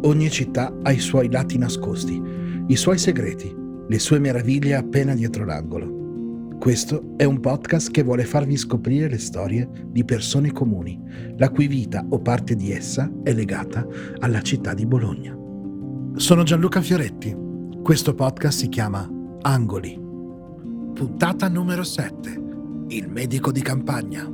Ogni città ha i suoi lati nascosti, i suoi segreti, le sue meraviglie appena dietro l'angolo. Questo è un podcast che vuole farvi scoprire le storie di persone comuni, la cui vita o parte di essa è legata alla città di Bologna. Sono Gianluca Fioretti. Questo podcast si chiama Angoli. Puntata numero 7. Il medico di campagna.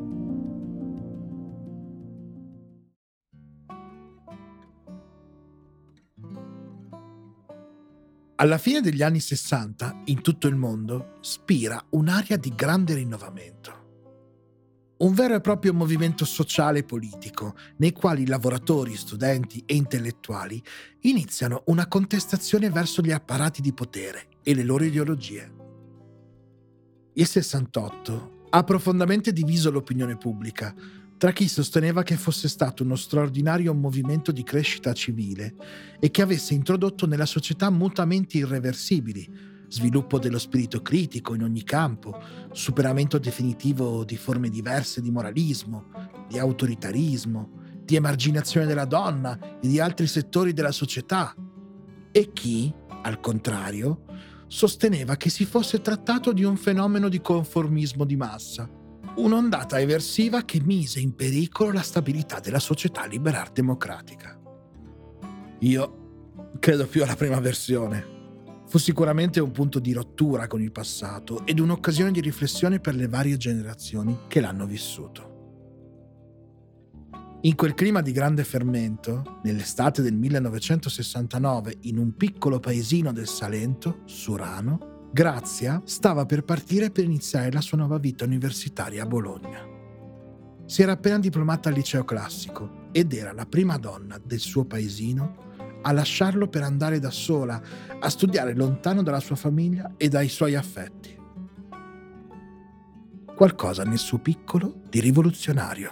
Alla fine degli anni 60, in tutto il mondo, spira un'area di grande rinnovamento. Un vero e proprio movimento sociale e politico, nei quali lavoratori, studenti e intellettuali iniziano una contestazione verso gli apparati di potere e le loro ideologie. Il 68 ha profondamente diviso l'opinione pubblica tra chi sosteneva che fosse stato uno straordinario movimento di crescita civile e che avesse introdotto nella società mutamenti irreversibili, sviluppo dello spirito critico in ogni campo, superamento definitivo di forme diverse di moralismo, di autoritarismo, di emarginazione della donna e di altri settori della società, e chi, al contrario, sosteneva che si fosse trattato di un fenomeno di conformismo di massa, un'ondata eversiva che mise in pericolo la stabilità della società liberal democratica. Io credo più alla prima versione. Fu sicuramente un punto di rottura con il passato ed un'occasione di riflessione per le varie generazioni che l'hanno vissuto. In quel clima di grande fermento, nell'estate del 1969, in un piccolo paesino del Salento, Surano, Grazia stava per partire per iniziare la sua nuova vita universitaria a Bologna. Si era appena diplomata al liceo classico ed era la prima donna del suo paesino a lasciarlo per andare da sola a studiare lontano dalla sua famiglia e dai suoi affetti. Qualcosa nel suo piccolo di rivoluzionario.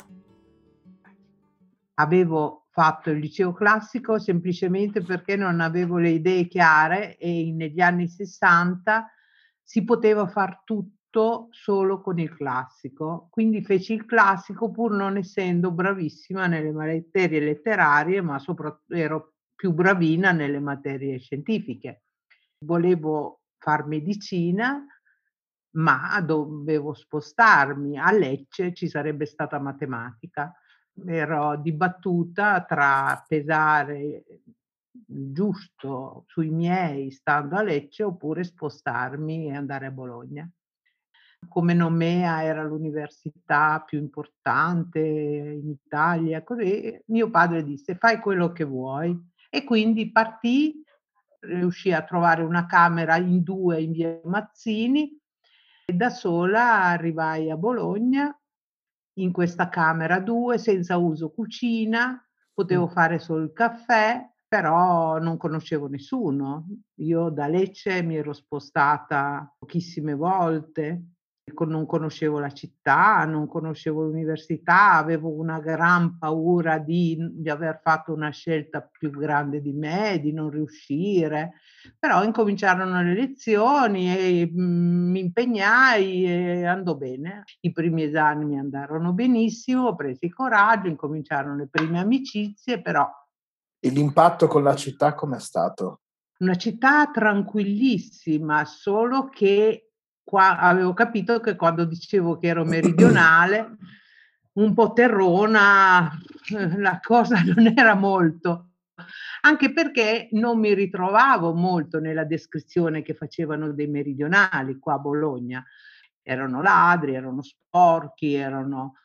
Avevo fatto il liceo classico semplicemente perché non avevo le idee chiare e negli anni '60 si poteva far tutto solo con il classico. Quindi feci il classico pur non essendo bravissima nelle materie letterarie, ma ero più bravina nelle materie scientifiche. Volevo far medicina, ma dovevo spostarmi. A Lecce ci sarebbe stata matematica. Ero dibattuta tra pesare il giusto sui miei stando a Lecce, oppure spostarmi e andare a Bologna. Come nomea era l'università più importante in Italia, così mio padre disse: "Fai quello che vuoi". E quindi partii, riuscii a trovare una camera in 2 in via Mazzini e da sola arrivai a Bologna in questa camera 2 senza uso cucina, potevo fare solo il caffè, però non conoscevo nessuno. Io da Lecce mi ero spostata pochissime volte, non conoscevo la città, non conoscevo l'università, avevo una gran paura di aver fatto una scelta più grande di me, di non riuscire. Però incominciarono le lezioni e, mi impegnai e andò bene. I primi esami mi andarono benissimo, presi coraggio, incominciarono le prime amicizie, però E l'impatto con la città com'è stato? una città tranquillissima, solo che qua avevo capito che quando dicevo che ero meridionale, un po' terrona, la cosa non era molto. Anche perché non mi ritrovavo molto nella descrizione che facevano dei meridionali qua a Bologna. Erano ladri, erano sporchi, erano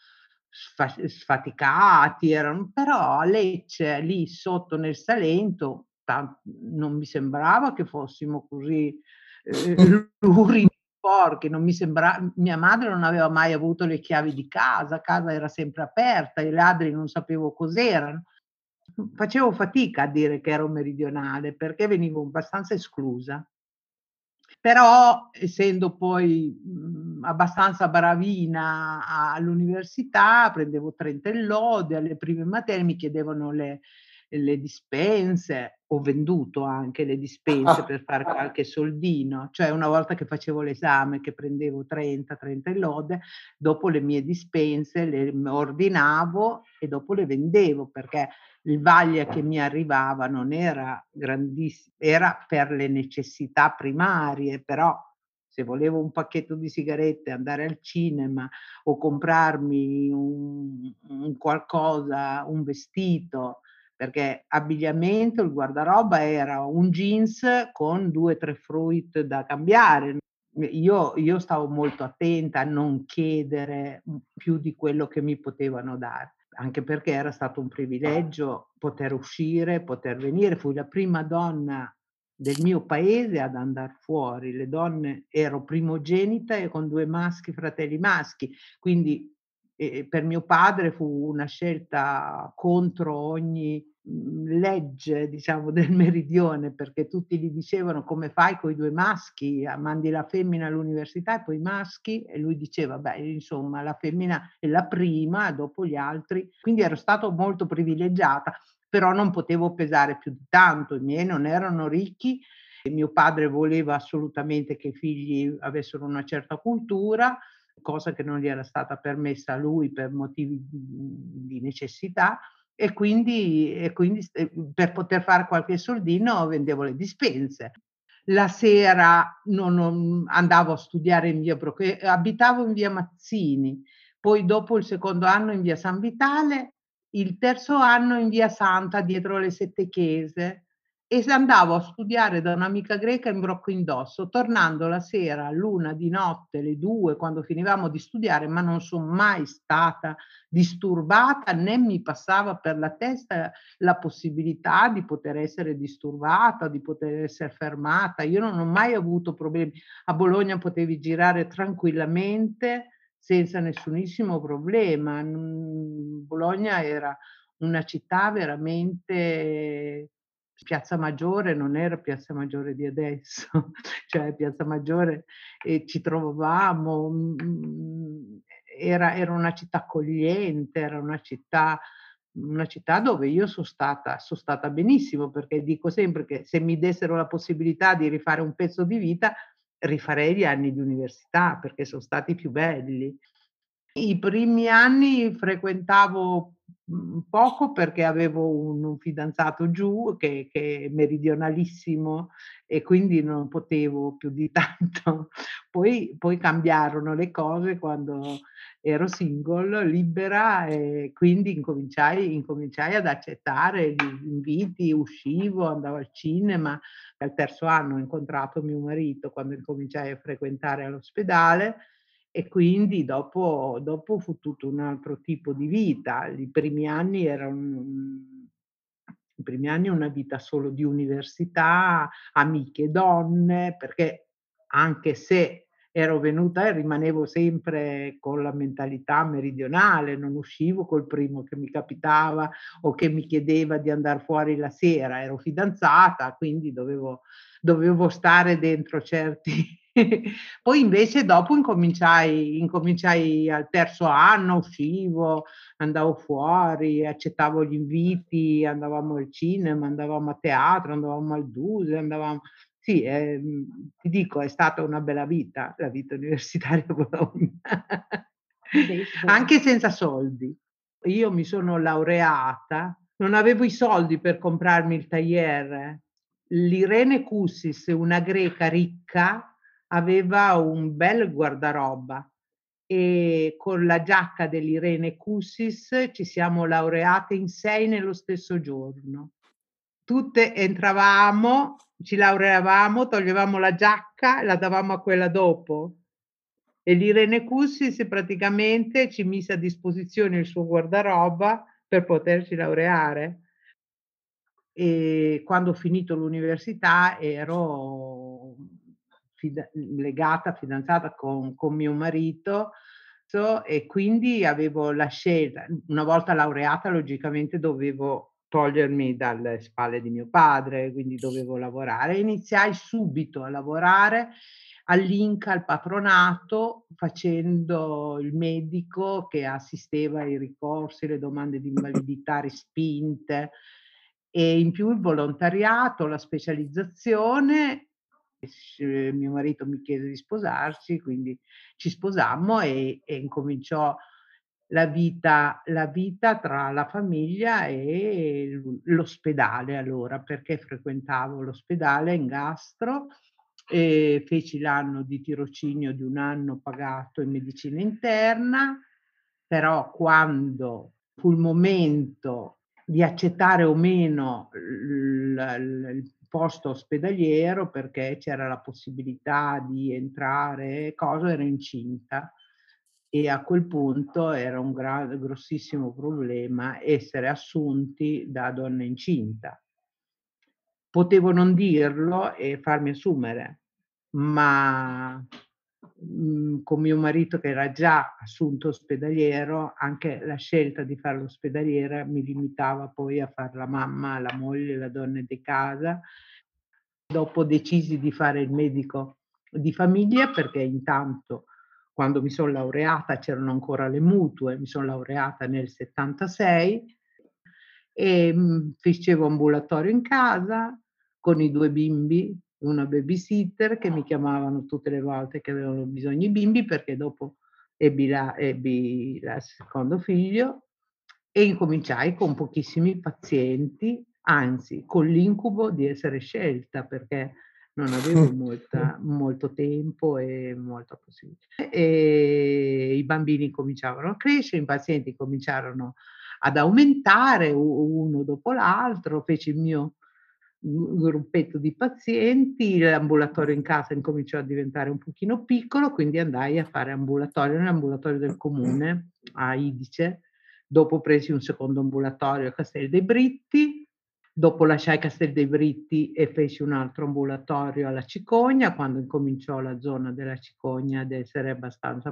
sfaticati, però a Lecce, lì sotto nel Salento, non mi sembrava che fossimo così, luridi, sporchi, non mi sembra mia madre non aveva mai avuto le chiavi di casa era sempre aperta, i ladri non sapevo cos'erano. Facevo fatica a dire che ero meridionale, perché venivo abbastanza esclusa. Però essendo poi, abbastanza bravina all'università, prendevo 30 e lode, alle prime materie mi chiedevano le dispense, ho venduto anche le dispense per fare qualche soldino, cioè una volta che facevo l'esame, che prendevo 30 e lode, dopo le mie dispense le ordinavo e dopo le vendevo, perché il vaglia che mi arrivava non era era per le necessità primarie, però se volevo un pacchetto di sigarette, andare al cinema o comprarmi un qualcosa, un vestito, perché abbigliamento, il guardaroba era un jeans con 2, 3 fruit da cambiare. Io stavo molto attenta a non chiedere, più di quello che mi potevano dare, anche perché era stato un privilegio poter uscire, poter venire. Fui la prima donna del mio paese ad andar fuori. Le donne ero primogenita e con 2 maschi, fratelli maschi, quindi, per mio padre fu una scelta contro ogni, legge diciamo del meridione, perché tutti gli dicevano: "Come fai coi 2 maschi? Mandi la femmina all'università e poi i maschi?" E lui diceva: "Beh, insomma la femmina è la prima, dopo gli altri." Quindi ero stato molto privilegiata, però non potevo pesare più di tanto. I miei non erano ricchi e mio padre voleva assolutamente che i figli avessero una certa cultura, cosa che non gli era stata permessa a lui per motivi, di necessità per poter fare qualche soldino vendevo le dispense. La sera non andavo a studiare in via Broche abitavo in via Mazzini, poi dopo il secondo anno in via San Vitale, il terzo anno in via Santa dietro le 7 chiese andavo a studiare da un'amica greca in Brocco Indosso, tornando la sera all'1 di notte, le 2 quando finivamo di studiare, ma non son mai stata disturbata, né mi passava per la testa la possibilità di poter essere disturbata, di poter esser fermata. Io non ho mai avuto problemi. A Bologna potevi girare tranquillamente senza nessunissimo problema. Bologna era una città veramente. Piazza Maggiore non era Piazza Maggiore di adesso, cioè Piazza Maggiore, ci trovavamo, era una città accogliente, era una città dove io son stata benissimo, perché dico sempre che se mi dessero la possibilità di rifare un pezzo di vita, rifarei gli anni di università, perché son stati i più belli. I primi anni frequentavo, poco perché avevo un fidanzato giù che è meridionalissimo e quindi non potevo più di tanto. Poi cambiarono le cose quando ero single, libera e quindi incominciai ad accettare gli inviti, uscivo, andavo al cinema. Al terzo anno ho incontrato mio marito quando incominciai a frequentare all'ospedale e quindi dopo fu tutto un altro tipo di vita. I primi anni una vita solo di università, amiche donne, perché anche se ero venuta e rimanevo sempre con la mentalità meridionale, non uscivo col primo che mi capitava o che mi chiedeva di andar fuori la sera. Ero fidanzata, quindi dovevo stare dentro certi. Poi invece dopo incominciai al terzo anno, uscivo, andavo fuori, accettavo gli inviti, andavamo al cinema, andavamo a teatro, andavamo al Duse, sì, ti dico è stata una bella vita, la vita universitaria a Bologna. Beh, bene. Anche senza soldi. Io mi sono laureata, non avevo i soldi per comprarmi il tailleur. L'Irene Kussis, una greca ricca, aveva un bel guardaroba e con la giacca dell'Irene Kussis ci siamo laureate in 6 nello stesso giorno. Tutte entravamo, ci laureavamo, toglievamo la giacca, la davamo a quella dopo. E l'Irene Cussis praticamente ci mise a disposizione il suo guardaroba per poterci laureare. Quando ho finito l'università ero legata, fidanzata con mio marito e quindi avevo la scelta. Una volta laureata logicamente dovevo togliermi dalle spalle di mio padre, quindi dovevo lavorare. Iniziai subito a lavorare all'Inca, al patronato, facendo il medico che assisteva ai ricorsi, le domande di invalidità respinte e in più il volontariato, la specializzazione. Mio marito mi chiese di sposarci, quindi ci sposammo e incominciò la vita tra la famiglia e l'ospedale allora, perché frequentavo l'ospedale in gastro e feci l'anno di tirocinio di 1 anno pagato in medicina interna, però quando fu il momento di accettare o meno il posto ospedaliero, perché c'era la possibilità di entrare ero incinta e a quel punto era un grossissimo problema essere assunti da donna incinta. Potevo non dirlo e farmi assumere, ma, con mio marito che era già assunto ospedaliero, anche la scelta di fare l'ospedaliera mi limitava poi a far la mamma, la moglie, la donna di casa. Dopo decisi di fare il medico di famiglia perché intanto quando mi son laureata c'erano ancora le mutue, mi son laureata nel '76. Facevo ambulatorio in casa con i 2 bimbi, una babysitter che mi chiamavano tutte le volte che avevano bisogno i bimbi, perché dopo ebbi la secondo figlio e incominciai con pochissimi pazienti, anzi con l'incubo di essere scelta, perché non avevo molto tempo e molta possibilità. I bambini cominciavano a crescere, i pazienti cominciarono ad aumentare uno dopo l'altro, feci il mio gruppetto di pazienti, l'ambulatorio in casa incominciò a diventare un pochino piccolo, quindi andai a fare ambulatorio nell'ambulatorio del comune a Idice, dopo presi un secondo ambulatorio a Castel dei Britti, dopo lasciai Castel dei Britti e feci un altro ambulatorio alla Cicogna, quando incominciò la zona della Cicogna ad essere abbastanza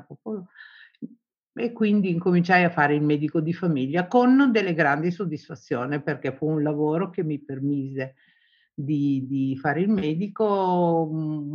e quindi incominciai a fare il medico di famiglia con delle grandi soddisfazione, perché fu un lavoro che mi permise di fare il medico,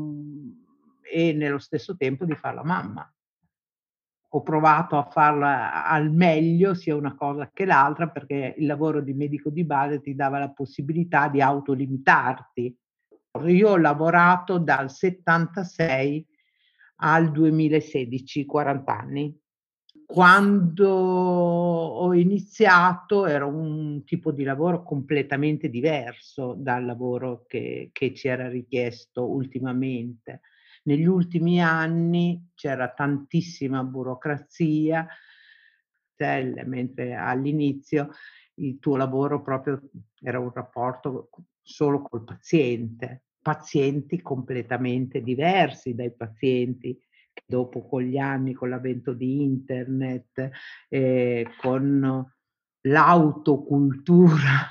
e nello stesso tempo di far la mamma. Ho provato a farla al meglio, sia una cosa che l'altra, perché il lavoro di medico di base ti dava la possibilità di autolimitarti. Io ho lavorato dal '76 al 2016, 40 anni. Quando ho iniziato era un tipo di lavoro completamente diverso dal lavoro che ci era richiesto ultimamente. Negli ultimi anni c'era tantissima burocrazia, mentre all'inizio il tuo lavoro proprio era un rapporto solo col paziente, pazienti completamente diversi dai pazienti che dopo con gli anni, con l'avvento di internet, con l'autocultura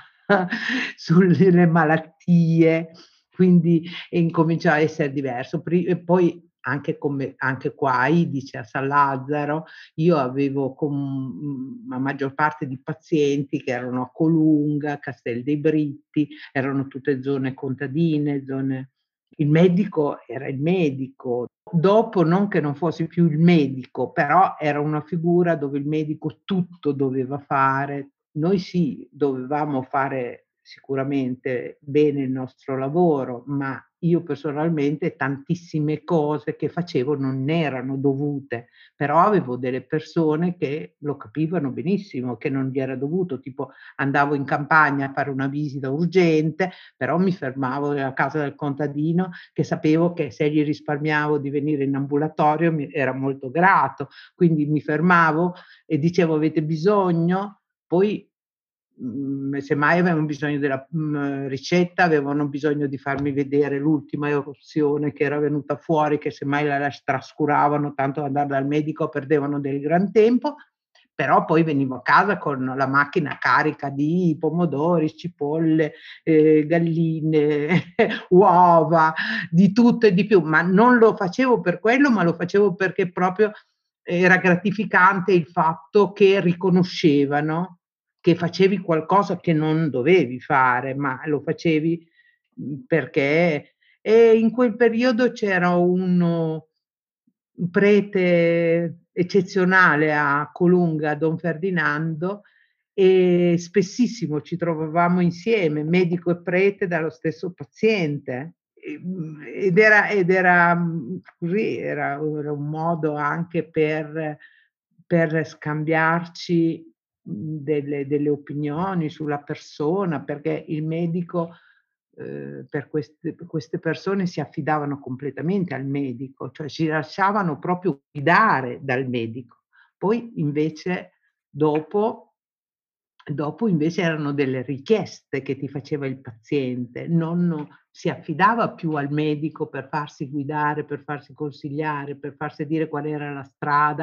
sulle malattie, quindi incomincia a essere diverso. E poi anche qua a Idice, a San Lazzaro, io avevo la maggior parte di pazienti che erano a Colunga, Castel dei Britti, erano tutte zone contadine, zone il medico era il medico. Dopo non che non fossi più il medico, però era una figura dove il medico tutto doveva fare. Noi sì, dovevamo fare sicuramente bene il nostro lavoro, ma io personalmente tantissime cose che facevo non erano dovute, però avevo delle persone che lo capivano benissimo, che non gli era dovuto, tipo andavo in campagna a fare una visita urgente, però mi fermavo nella casa del contadino che sapevo che se gli risparmiavo di venire in ambulatorio mi era molto grato, quindi mi fermavo e dicevo: "Avete bisogno?" Poi semmai avevano bisogno della, ricetta, avevano bisogno di farmi vedere l'ultima eruzione che era venuta fuori, che semmai trascuravano, tanto ad andare dal medico perdevano del gran tempo, però poi venivo a casa con la macchina carica di pomodori, cipolle, galline, uova, di tutto e di più, ma non lo facevo per quello, ma lo facevo perché proprio era gratificante il fatto che riconoscevano che facevi qualcosa che non dovevi fare, ma lo facevi, perché in quel periodo c'era un prete eccezionale a Colunga, Don Ferdinando, e spessissimo ci trovavamo insieme, medico e prete dallo stesso paziente. Ed era così, era un modo anche per scambiarci, delle opinioni sulla persona, perché il medico, per queste persone si affidavano completamente al medico, cioè si lasciavano proprio guidare dal medico. Poi invece dopo Dopo invece erano delle richieste che ti faceva il paziente, non si affidava più al medico per farsi guidare, per farsi consigliare, per farsi dire qual era la strada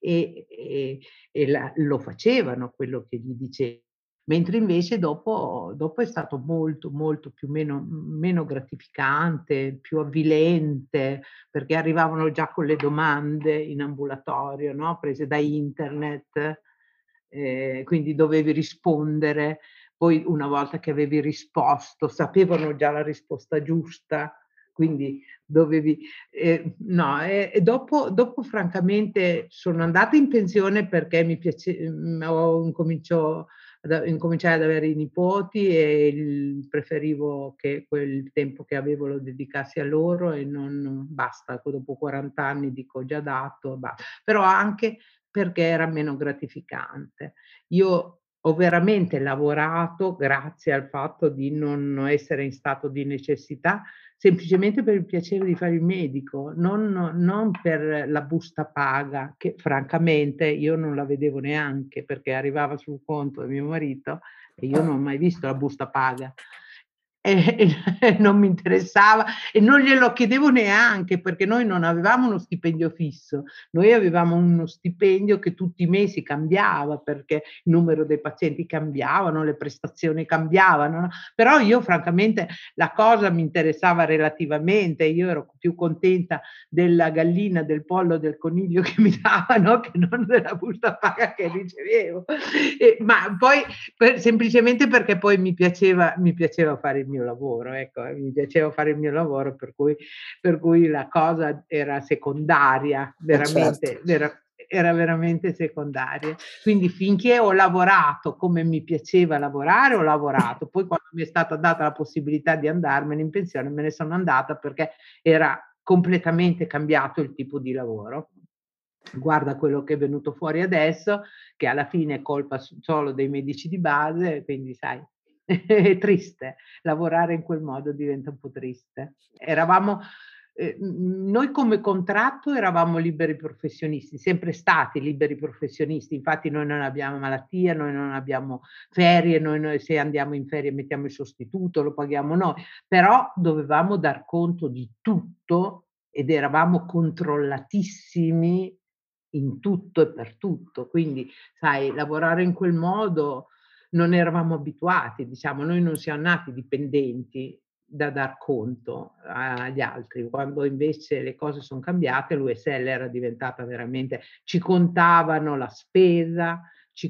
e lo facevano quello che gli dice, mentre invece dopo è stato molto, molto più meno gratificante, più avvilente, perché arrivavano già con le domande in ambulatorio, no, prese da internet, quindi dovevi rispondere, poi una volta che avevi risposto sapevano già la risposta giusta, quindi dovevi no, e dopo francamente sono andata in pensione perché ho incominciai ad avere i nipoti e preferivo che quel tempo che avevo lo dedicassi a loro e non basta, dopo 40 anni dico: "Ho già dato", però anche perché era meno gratificante. Io ho veramente lavorato grazie al fatto di non essere in stato di necessità, semplicemente per il piacere di fare il medico, non per la busta paga, che francamente io non la vedevo neanche, perché arrivava sul conto di mio marito e io non ho mai visto la busta paga. E non mi interessava e non glielo chiedevo neanche, perché noi non avevamo uno stipendio fisso, noi avevamo uno stipendio che tutti i mesi cambiava, perché il numero dei pazienti cambiavano, le prestazioni cambiavano, no, però io francamente la cosa mi interessava relativamente, io ero più contenta della gallina, del pollo, del coniglio che mi davano che non della busta paga che ricevevo. Ma poi semplicemente perché poi mi piaceva fare il mio lavoro, ecco, mi piaceva fare il mio lavoro per cui la cosa era secondaria, Certo. era veramente secondaria. Quindi finché ho lavorato come mi piaceva lavorare, ho lavorato. Poi quando mi è stata data la possibilità di andarmene in pensione, me ne sono andata perché era completamente cambiato il tipo di lavoro. Guarda quello che è venuto fuori adesso, che alla fine è colpa solo dei medici di base, quindi sai, è triste. Lavorare in quel modo diventa un po' triste. Noi come contratto eravamo liberi professionisti, sempre stati liberi professionisti, infatti noi non abbiamo malattia, noi non abbiamo ferie, noi se andiamo in ferie mettiamo il sostituto, lo paghiamo noi, però dovevamo dar conto di tutto ed eravamo controllatissimi in tutto e per tutto. Quindi, sai, lavorare in quel modo non eravamo abituati, diciamo, noi non siamo nati dipendenti da dar conto agli altri, quando invece le cose son cambiate, l'USL era diventata veramente, ci contavano la spesa,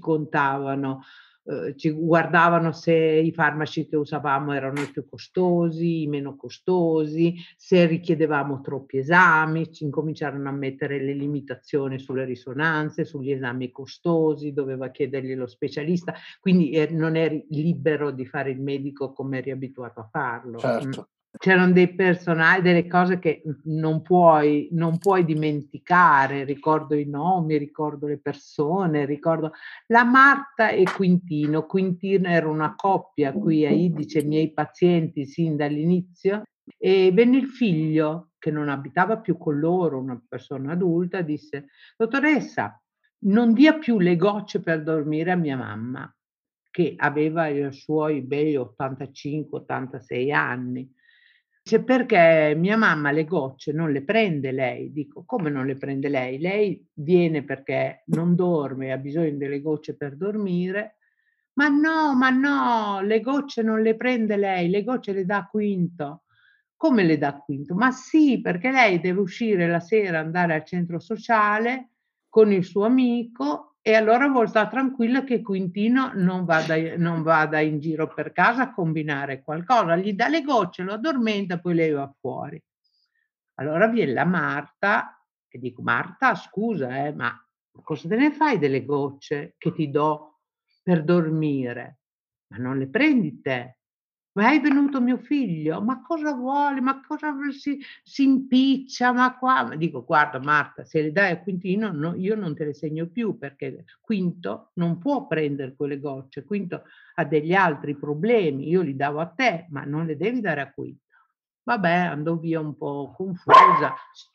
ci guardavano se i farmaci che usavamo erano i più costosi, i meno costosi, se richiedevamo troppi esami, ci incominciarono a mettere le limitazioni sulle risonanze, sugli esami costosi, doveva chiedergli lo specialista, quindi, non eri libero di fare il medico come eri abituato a farlo. Certo. C'erano delle cose che non puoi dimenticare, ricordo i nomi, ricordo le persone, ricordo la Marta e Quintino. Quintino era una coppia qui a Idice, miei pazienti sin dall'inizio, e venne il figlio, che non abitava più con loro, una persona adulta, disse: "Dottoressa, non dia più le gocce per dormire a mia mamma", che aveva i suoi begli 85, 86 anni. Dice: "Perché mia mamma le gocce non le prende lei". Dico: "Come non le prende lei? Lei viene perché non dorme e ha bisogno delle gocce per dormire". Ma no, le gocce non le prende lei, le gocce le dà Quinto". "Come le dà Quinto?" "Ma sì, perché lei deve uscire la sera, andare al centro sociale con il suo amico e allora vuol sta tranquilla che Quintino non vada in giro per casa a combinare qualcosa. Gli dà le gocce, lo addormenta, poi lei va fuori". Allora vien la Marta e dico: "Marta scusa ma cosa te ne fai delle gocce che ti do per dormire, ma non le prendi te. Ma è venuto mio figlio, ma cosa vuole? Ma cosa si impiccia, ma qua dico: "Guarda Marta, se le dai a Quintino io non te le segno più, perché Quinto non può prendere quelle gocce, Quinto ha degli altri problemi, io li davo a te, ma non le devi dare a Quinto". Vabbè, andò via un po' confusa.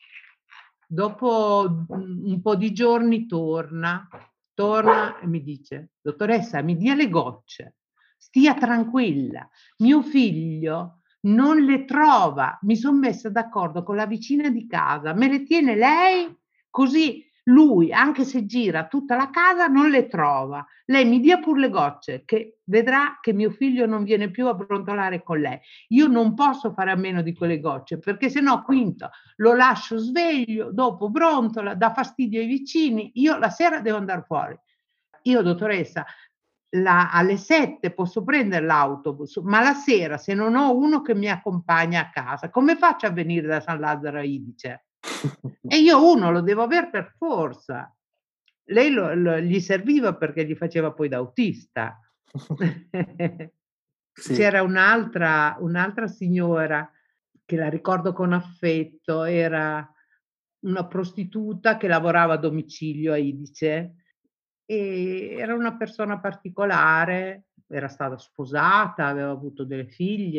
Dopo, un po' di giorni torna e mi dice: "Dottoressa, mi dia le gocce, stia tranquilla, mio figlio non le trova. Mi son messa d'accordo con la vicina di casa, me le tiene lei, così lui, anche se gira tutta la casa, non le trova. Lei mi dia pur le gocce, che vedrà che mio figlio non viene più a brontolare con lei. Io non posso fare a meno di quelle gocce, perché se no Quinto lo lascio sveglio, dopo brontola, dà fastidio ai vicini, io la sera devo andar fuori. Io dottoressa alle 7 posso prendere l'autobus, ma la sera se non ho uno che mi accompagna a casa, come faccio a venire da San Lazzaro a Idice? E io uno lo devo aver per forza. Lei gli serviva perché gli faceva poi da autista. Sì. C'era un'altra signora che la ricordo con affetto, era una prostituta che lavorava a domicilio a Idice, era una persona particolare, era stata sposata, aveva avuto delle figlie,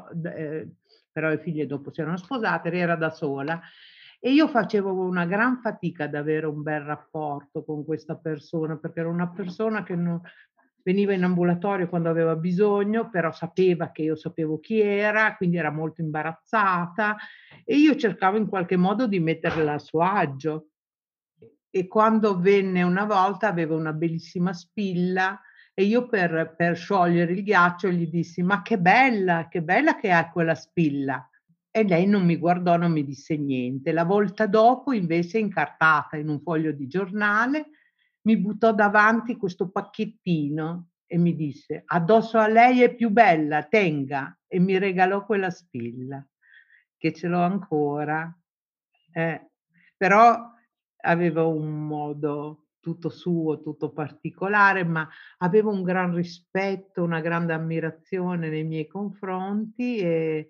però le figlie dopo si erano sposate, era da sola e io facevo una gran fatica ad avere un bel rapporto con questa persona, perché era una persona che veniva in ambulatorio quando aveva bisogno, però sapeva che io sapevo chi era, quindi era molto imbarazzata e io cercavo in qualche modo di metterla a suo agio. E quando venne una volta aveva una bellissima spilla e io per sciogliere il ghiaccio gli dissi: "Ma che bella che hai quella spilla". E lei non mi guardò, non mi disse niente. La volta dopo invece, incartata in un foglio di giornale, mi buttò davanti questo pacchettino e mi disse: "Addosso a lei è più bella, tenga". E mi regalò quella spilla, che ce l'ho ancora. Eh, però aveva un modo tutto suo, tutto particolare, ma aveva un gran rispetto, una grande ammirazione nei miei confronti e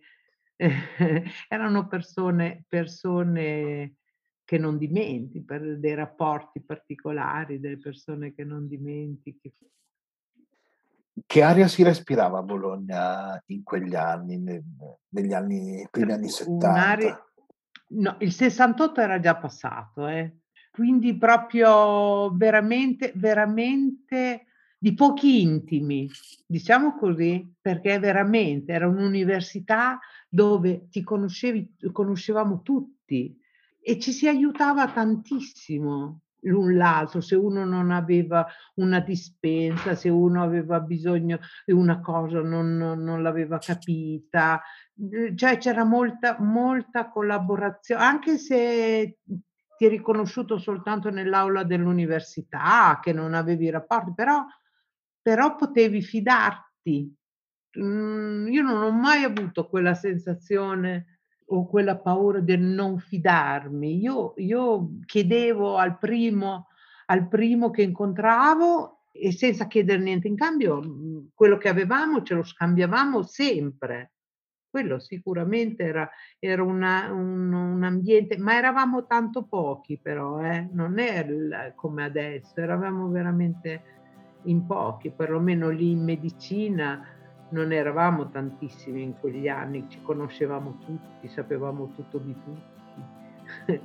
erano persone che non dimentichi, per dei rapporti particolari, delle persone che non dimentichi. Che aria si respirava a Bologna in quegli anni, primi anni Un'aria '70? No, il '68 era già passato, quindi proprio veramente di pochi intimi, diciamo così, perché veramente era un'università dove conoscevamo tutti e ci si aiutava tantissimo l'un l'altro. Se uno non aveva una dispensa, se uno aveva bisogno di una cosa non l'aveva capita, cioè c'era molta anche se ti è riconosciuto soltanto nell'aula dell'università, che non avevi rapporti, però potevi fidarti. Io non ho mai avuto quella sensazione o quella paura del non fidarmi. Io chiedevo al primo che incontravo e senza chieder niente in cambio, quello che avevamo ce lo scambiavamo sempre. Quello sicuramente era un ambiente, ma eravamo tanto pochi però, non è come adesso, eravamo veramente in pochi, perlomeno lì in medicina non eravamo tantissimi in quegli anni, ci conoscevamo tutti, sapevamo tutto di tutti.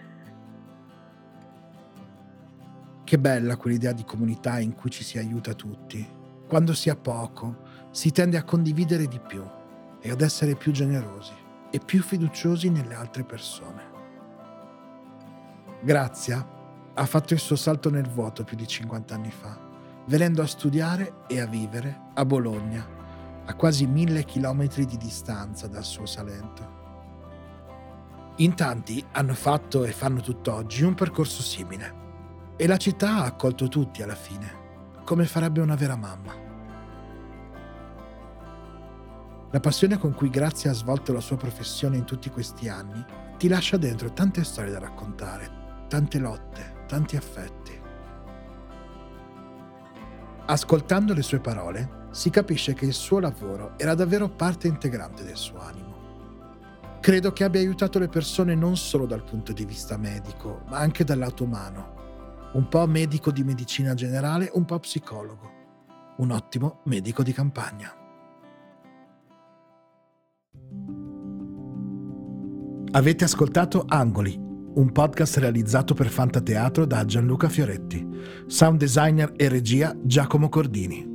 Che bella quell'idea di comunità in cui ci si aiuta tutti. Quando si ha poco, si tende a condividere di più e ad essere più generosi e più fiduciosi nelle altre persone. Grazia ha fatto il suo salto nel vuoto più di 50 anni fa, venendo a studiare e a vivere a Bologna, a quasi 1000 chilometri di distanza dal suo Salento. In tanti hanno fatto e fanno tutt'oggi un percorso simile e la città ha accolto tutti alla fine, come farebbe una vera mamma. La passione con cui Grazia ha svolto la sua professione in tutti questi anni ti lascia dentro tante storie da raccontare, tante lotte, tanti affetti. Ascoltando le sue parole, si capisce che il suo lavoro era davvero parte integrante del suo animo. Credo che abbia aiutato le persone non solo dal punto di vista medico, ma anche dal lato umano. Un po' medico di medicina generale, un po' psicologo. Un ottimo medico di campagna. Avete ascoltato Angoli, un podcast realizzato per Fantateatro da Gianluca Fioretti. Sound designer e regia Giacomo Cordini.